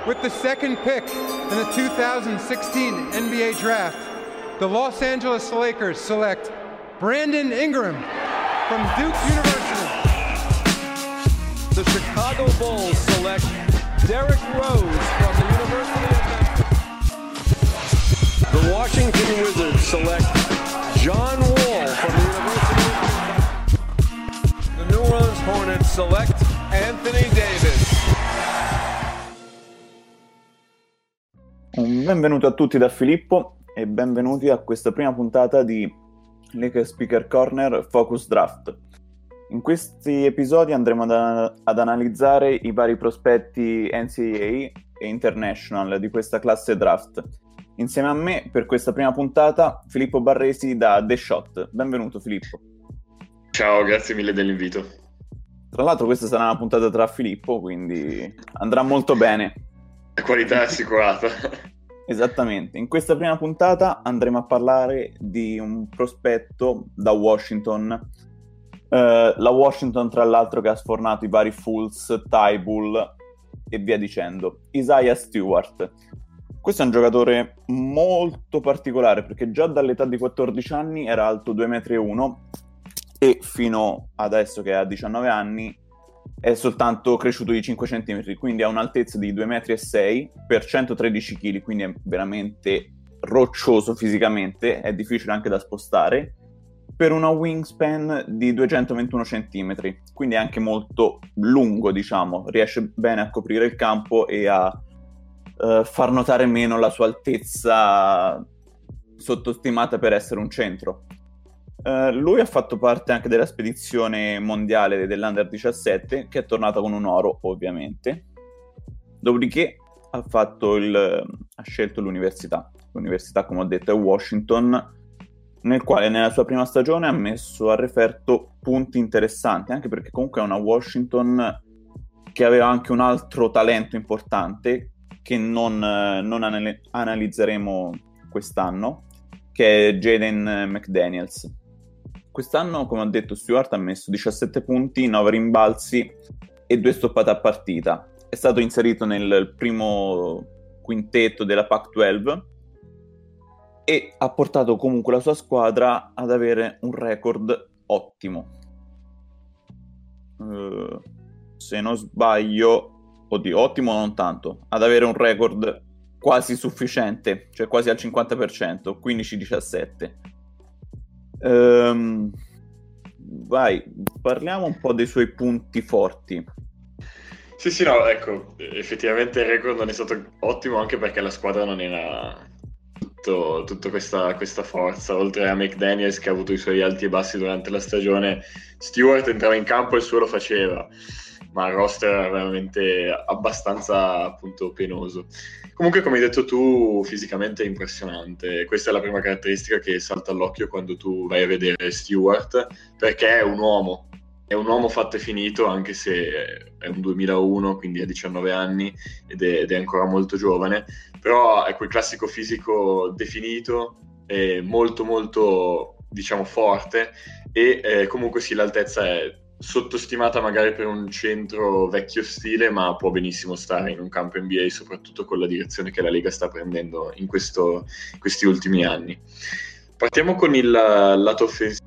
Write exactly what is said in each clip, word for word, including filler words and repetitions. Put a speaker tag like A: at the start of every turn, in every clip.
A: With the second pick in the two thousand sixteen N B A Draft, the Los Angeles Lakers select Brandon Ingram from Duke University.
B: The Chicago Bulls select Derrick Rose from the University of Memphis. The Washington Wizards select John Wall from the University of Memphis. The New Orleans Hornets select Anthony Davis.
C: Un benvenuto a tutti da Filippo e benvenuti a questa prima puntata di Lakers Speaker Corner Focus Draft. In questi episodi andremo ad, ad analizzare i vari prospetti N C A A e International di questa classe draft. Insieme a me per questa prima puntata Filippo Barresi da The Shot. Benvenuto Filippo.
D: Ciao, grazie mille dell'invito.
C: Tra l'altro questa sarà una puntata tra Filippo, quindi andrà molto bene.
D: La qualità è assicurata.
C: Esattamente. In questa prima puntata andremo a parlare di un prospetto da Washington. Uh, la Washington, tra l'altro, che ha sfornato i vari Fultz, Thybulle e via dicendo. Isaiah Stewart. Questo è un giocatore molto particolare perché già dall'età di quattordici anni era alto due virgola uno metri e fino adesso che ha diciannove anni è soltanto cresciuto di cinque centimetri, quindi ha un'altezza di due virgola sei metri per centotredici chili, quindi è veramente roccioso fisicamente, è difficile anche da spostare, per una wingspan di duecentoventuno centimetri, quindi è anche molto lungo, diciamo, riesce bene a coprire il campo e a uh, far notare meno la sua altezza sottostimata per essere un centro. Uh, lui ha fatto parte anche della spedizione mondiale dell'Under diciassette, che è tornata con un oro, ovviamente. Dopodiché ha, fatto il, ha scelto l'università. L'università, come ho detto, è Washington, nel quale nella sua prima stagione ha messo a referto punti interessanti, anche perché comunque è una Washington che aveva anche un altro talento importante, che non, non anal- analizzeremo quest'anno, che è Jaden McDaniels. Quest'anno, come ho detto, Stewart ha messo diciassette punti, nove rimbalzi e due stoppate a partita. È stato inserito nel primo quintetto della Pac dodici e ha portato comunque la sua squadra ad avere un record ottimo. Uh, se non sbaglio, oddio, ottimo non tanto, ad avere un record quasi sufficiente, cioè quasi al cinquanta per cento, quindici diciassette. Um, vai, parliamo un po' dei suoi punti forti.
D: Sì, sì, no, ecco, effettivamente il record non è stato ottimo anche perché la squadra non era tutto, tutta questa, questa forza. Oltre a McDaniels che ha avuto i suoi alti e bassi durante la stagione, Stewart entrava in campo e il suo lo faceva, ma il roster era veramente abbastanza, appunto, penoso. Comunque, come hai detto tu, fisicamente è impressionante. Questa è la prima caratteristica che salta all'occhio quando tu vai a vedere Stewart, perché è un uomo, è un uomo fatto e finito, anche se è un duemilauno, quindi ha diciannove anni ed è, ed è ancora molto giovane, però è quel classico fisico definito, è molto molto, diciamo, forte e eh, comunque sì, l'altezza è sottostimata magari per un centro vecchio stile, ma può benissimo stare in un campo N B A, soprattutto con la direzione che la Lega sta prendendo in questo, questi ultimi anni. Partiamo con il lato offensivo.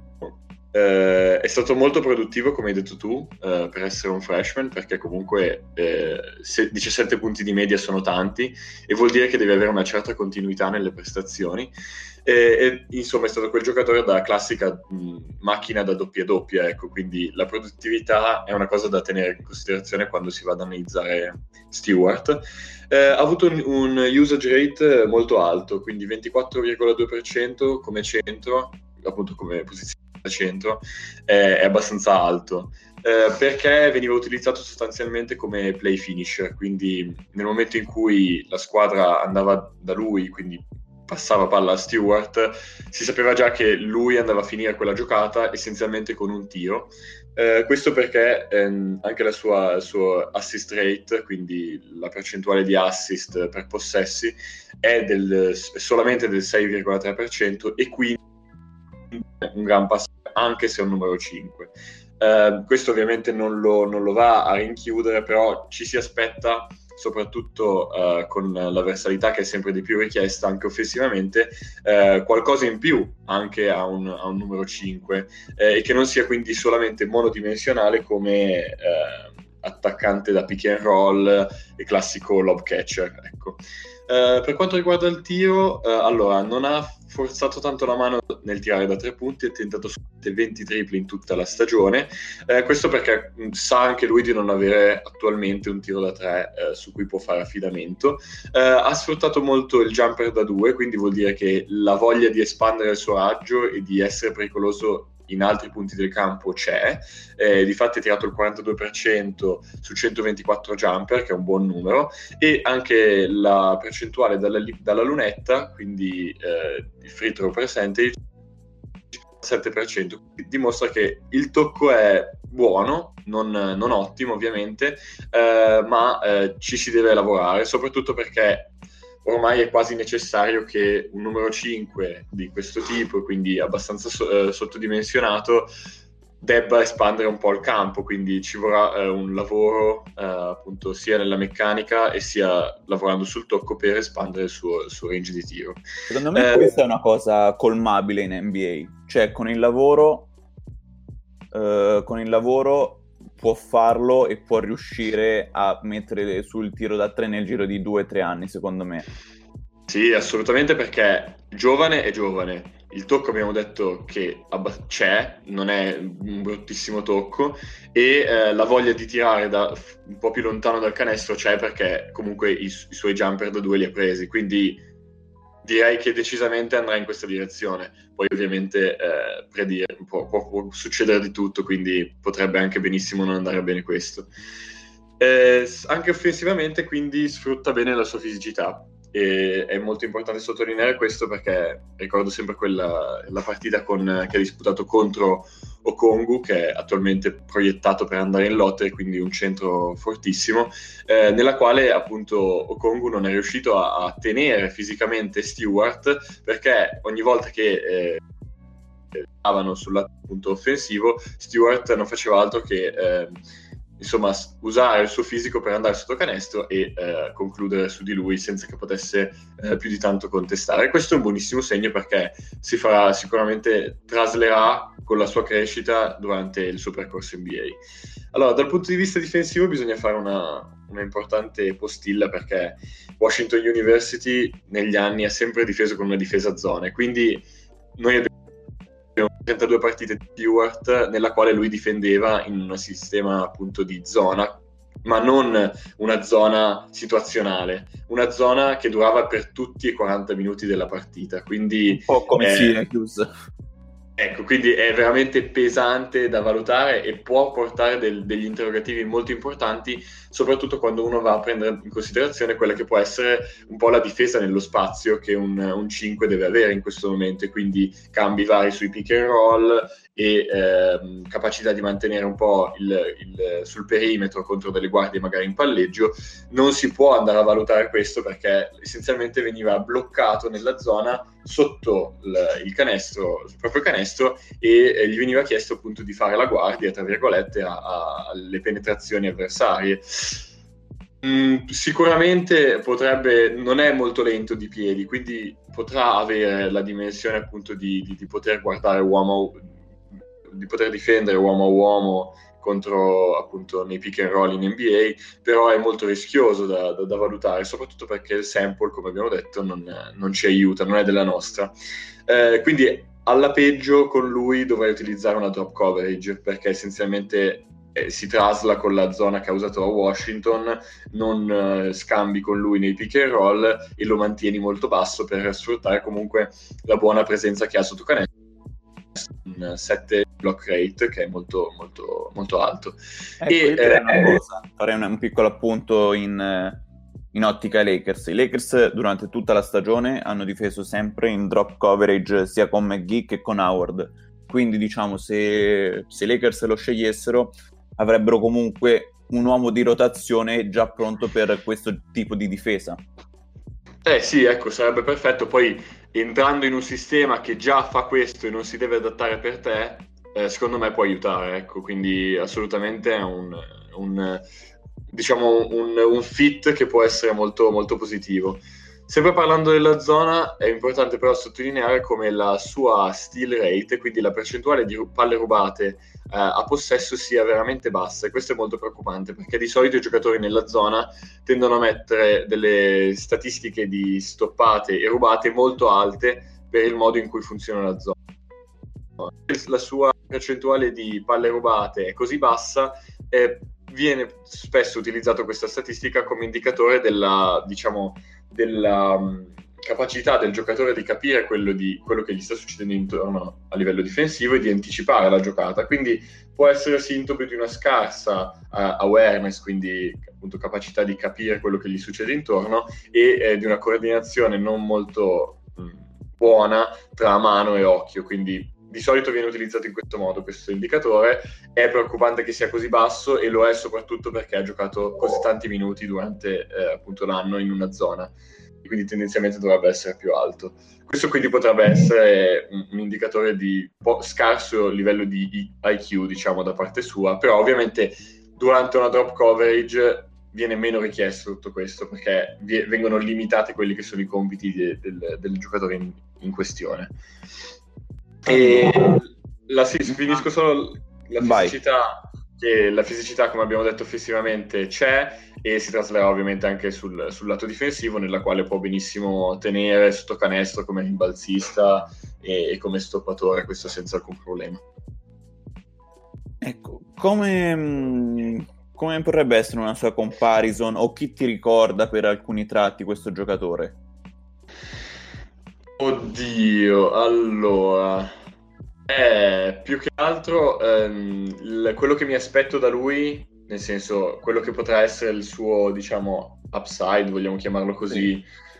D: Eh, è stato molto produttivo, come hai detto tu, eh, per essere un freshman, perché comunque eh, se diciassette punti di media sono tanti e vuol dire che deve avere una certa continuità nelle prestazioni. E, e insomma è stato quel giocatore da classica mh, macchina da doppia doppia, ecco, quindi la produttività è una cosa da tenere in considerazione quando si va ad analizzare Stewart. Eh, ha avuto un, un usage rate molto alto, quindi ventiquattro virgola due per cento come centro, appunto come posizione da centro, eh, è abbastanza alto. Eh, perché veniva utilizzato sostanzialmente come play finisher, quindi nel momento in cui la squadra andava da lui, quindi passava palla a Stewart, si sapeva già che lui andava a finire quella giocata essenzialmente con un tiro. Eh, questo perché ehm, anche la sua, il suo assist rate, quindi la percentuale di assist per possessi, è del, solamente del sei virgola tre per cento e quindi un gran passo anche se è un numero cinque. Uh, questo ovviamente non lo, non lo va a rinchiudere, però ci si aspetta soprattutto uh, con la versatilità che è sempre di più richiesta anche offensivamente, uh, qualcosa in più anche a un, a un numero cinque, eh, e che non sia quindi solamente monodimensionale come uh, attaccante da pick and roll e classico lob catcher, ecco. Uh, per quanto riguarda il tiro, uh, allora non ha forzato tanto la mano nel tirare da tre punti, ha tentato venti tripli in tutta la stagione, uh, questo perché mh, sa anche lui di non avere attualmente un tiro da tre uh, su cui può fare affidamento. Uh, ha sfruttato molto il jumper da due, quindi vuol dire che la voglia di espandere il suo raggio e di essere pericoloso in altri punti del campo c'è, eh, difatti ha tirato il quarantadue per cento su centoventiquattro jumper, che è un buon numero, e anche la percentuale dalla, dalla lunetta, quindi eh, il free throw percentage, sette per cento, dimostra che il tocco è buono, non, non ottimo ovviamente, eh, ma eh, ci si deve lavorare, soprattutto perché ormai è quasi necessario che un numero cinque di questo tipo, quindi abbastanza so- eh, sottodimensionato, debba espandere un po' il campo, quindi ci vorrà eh, un lavoro eh, appunto sia nella meccanica e sia lavorando sul tocco per espandere il suo, il suo range di tiro.
C: Secondo me eh, questa è una cosa colmabile in N B A, cioè con il lavoro eh, con il lavoro può farlo e può riuscire a mettere sul tiro da tre nel giro di due o tre anni, secondo me.
D: Sì, assolutamente, perché giovane è giovane. Il tocco abbiamo detto che abba- c'è, non è un bruttissimo tocco, e eh, la voglia di tirare da un po' più lontano dal canestro c'è, perché comunque i, su- i suoi jumper da due li ha presi, quindi direi che decisamente andrà in questa direzione. Poi ovviamente eh, predire può, può, può succedere di tutto, quindi potrebbe anche benissimo non andare bene questo. Eh, anche offensivamente quindi sfrutta bene la sua fisicità, e è molto importante sottolineare questo, perché ricordo sempre quella la partita con, che ha disputato contro Okongwu, che è attualmente proiettato per andare in lottery, quindi un centro fortissimo, eh, nella quale appunto Okongwu non è riuscito a, a tenere fisicamente Stewart, perché ogni volta che eh, stavano sul lato appunto offensivo, Stewart non faceva altro che eh, insomma usare il suo fisico per andare sotto canestro e eh, concludere su di lui senza che potesse eh, più di tanto contestare. Questo è un buonissimo segno, perché si farà sicuramente, traslerà con la sua crescita durante il suo percorso N B A. Allora, dal punto di vista difensivo bisogna fare una, una importante postilla, perché Washington University negli anni ha sempre difeso con una difesa a zone, quindi noi abbiamo trentadue partite di Stewart nella quale lui difendeva in un sistema appunto di zona, ma non una zona situazionale, una zona che durava per tutti i quaranta minuti della partita, quindi
C: un po' come
D: eh,
C: Syracuse.
D: Ecco, quindi è veramente pesante da valutare e può portare del, degli interrogativi molto importanti, soprattutto quando uno va a prendere in considerazione quella che può essere un po' la difesa nello spazio che un, un cinque deve avere in questo momento, e quindi cambi vari sui pick and roll e eh, capacità di mantenere un po' il, il, sul perimetro contro delle guardie magari in palleggio. Non si può andare a valutare questo, perché essenzialmente veniva bloccato nella zona sotto il, il canestro, il proprio canestro, e eh, gli veniva chiesto appunto di fare la guardia, tra virgolette, a, a, alle penetrazioni avversarie. Mm, sicuramente potrebbe, non è molto lento di piedi, quindi potrà avere la dimensione appunto di, di, di poter guardare uomo, di poter difendere uomo a uomo contro appunto nei pick and roll in N B A, però è molto rischioso da, da, da valutare, soprattutto perché il sample, come abbiamo detto, non, non ci aiuta, non è della nostra. Eh, quindi alla peggio con lui dovrei utilizzare una drop coverage, perché essenzialmente eh, si trasla con la zona che ha usato a Washington, non eh, scambi con lui nei pick and roll e lo mantieni molto basso per sfruttare comunque la buona presenza che ha sotto canestro, un sette block rate che è molto molto molto alto.
C: Ecco, e eh, una cosa, farei un, un piccolo appunto in, in ottica ai Lakers. I Lakers durante tutta la stagione hanno difeso sempre in drop coverage sia con McGee che con Howard, quindi diciamo se, se i Lakers lo scegliessero avrebbero comunque un uomo di rotazione già pronto per questo tipo di difesa.
D: Eh sì, ecco, sarebbe perfetto. Poi entrando in un sistema che già fa questo e non si deve adattare per te, eh, secondo me può aiutare, ecco, quindi assolutamente è un, un, diciamo un, un fit che può essere molto, molto positivo. Sempre parlando della zona, è importante però sottolineare come la sua steal rate, quindi la percentuale di palle rubate eh, a possesso, sia veramente bassa, e questo è molto preoccupante perché di solito i giocatori nella zona tendono a mettere delle statistiche di stoppate e rubate molto alte per il modo in cui funziona la zona. La sua percentuale di palle rubate è così bassa, eh, viene spesso utilizzato questa statistica come indicatore della, diciamo, della um, capacità del giocatore di capire quello, di, quello che gli sta succedendo intorno a livello difensivo e di anticipare la giocata. Quindi può essere sintomo di una scarsa uh, awareness, quindi appunto capacità di capire quello che gli succede intorno, e eh, di una coordinazione non molto mh, buona tra mano e occhio. Quindi di solito viene utilizzato in questo modo questo indicatore. È preoccupante che sia così basso, e lo è soprattutto perché ha giocato così tanti minuti durante eh, appunto l'anno in una zona, e quindi tendenzialmente dovrebbe essere più alto. Questo quindi potrebbe essere un, un indicatore di po- scarso livello di I Q, diciamo, da parte sua, però ovviamente durante una drop coverage viene meno richiesto tutto questo, perché vi- vengono limitati quelli che sono i compiti de- del, del giocatore in, in questione. E la, sì, finisco solo la fisicità, che la fisicità, come abbiamo detto, effettivamente c'è, e si traslada ovviamente anche sul, sul lato difensivo, nella quale può benissimo tenere sotto canestro come rimbalzista e, e come stoppatore, questo senza alcun problema.
C: Ecco, come, come potrebbe essere una sua comparison, o chi ti ricorda per alcuni tratti questo giocatore?
D: Oddio, allora, eh, più che altro ehm, il, quello che mi aspetto da lui, nel senso quello che potrà essere il suo, diciamo, upside, vogliamo chiamarlo così,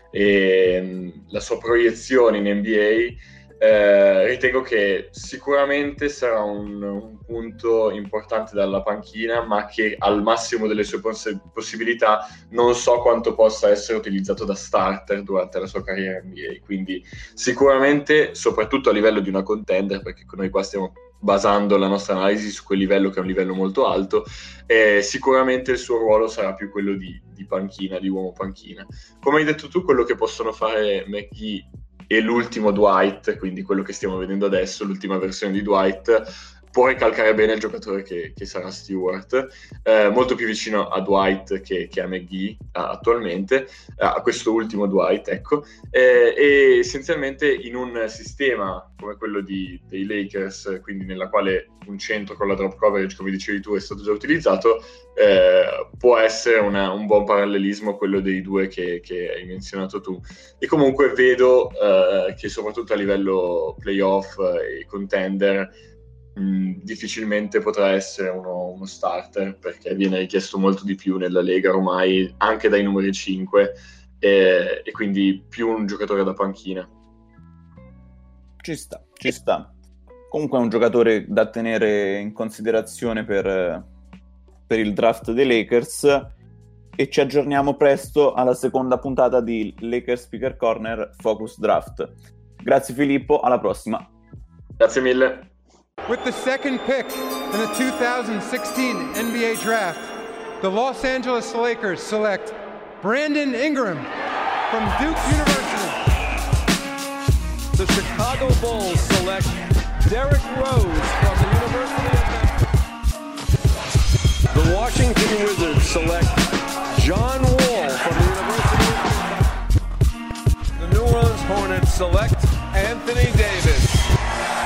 D: e la sua proiezione in N B A, eh, ritengo che sicuramente sarà un, un punto importante dalla panchina, ma che al massimo delle sue poss- possibilità non so quanto possa essere utilizzato da starter durante la sua carriera N B A. Quindi sicuramente, soprattutto a livello di una contender, perché noi qua stiamo basando la nostra analisi su quel livello, che è un livello molto alto, eh, sicuramente il suo ruolo sarà più quello di, di panchina, di uomo panchina. Come hai detto tu, quello che possono fare McGee e l'ultimo Dwight, quindi quello che stiamo vedendo adesso, l'ultima versione di Dwight, può ricalcare bene il giocatore che, che sarà Stewart, eh, molto più vicino a Dwight che, che a McGee a, attualmente, a questo ultimo Dwight, ecco, eh, e essenzialmente in un sistema come quello di, dei Lakers, quindi nella quale un centro con la drop coverage, come dicevi tu, è stato già utilizzato, eh, può essere una, un buon parallelismo quello dei due che, che hai menzionato tu. E comunque vedo eh, che soprattutto a livello playoff e contender mh, difficilmente potrà essere uno, uno starter, perché viene richiesto molto di più nella Lega ormai, anche dai numeri cinque, e, e quindi più un giocatore da panchina.
C: Ci sta, ci sta. Comunque è un giocatore da tenere in considerazione per, per il draft dei Lakers, e ci aggiorniamo presto alla seconda puntata di Lakers Speaker Corner Focus Draft. Grazie Filippo, alla prossima.
D: Grazie mille.
A: With the second pick in the two thousand sixteen N B A Draft, the Los Angeles Lakers select Brandon Ingram from Duke University.
B: The Chicago Bulls select Derrick Rose from the University of Memphis. The Washington Wizards select John Wall from the University of Memphis. The New Orleans Hornets select Anthony Davis.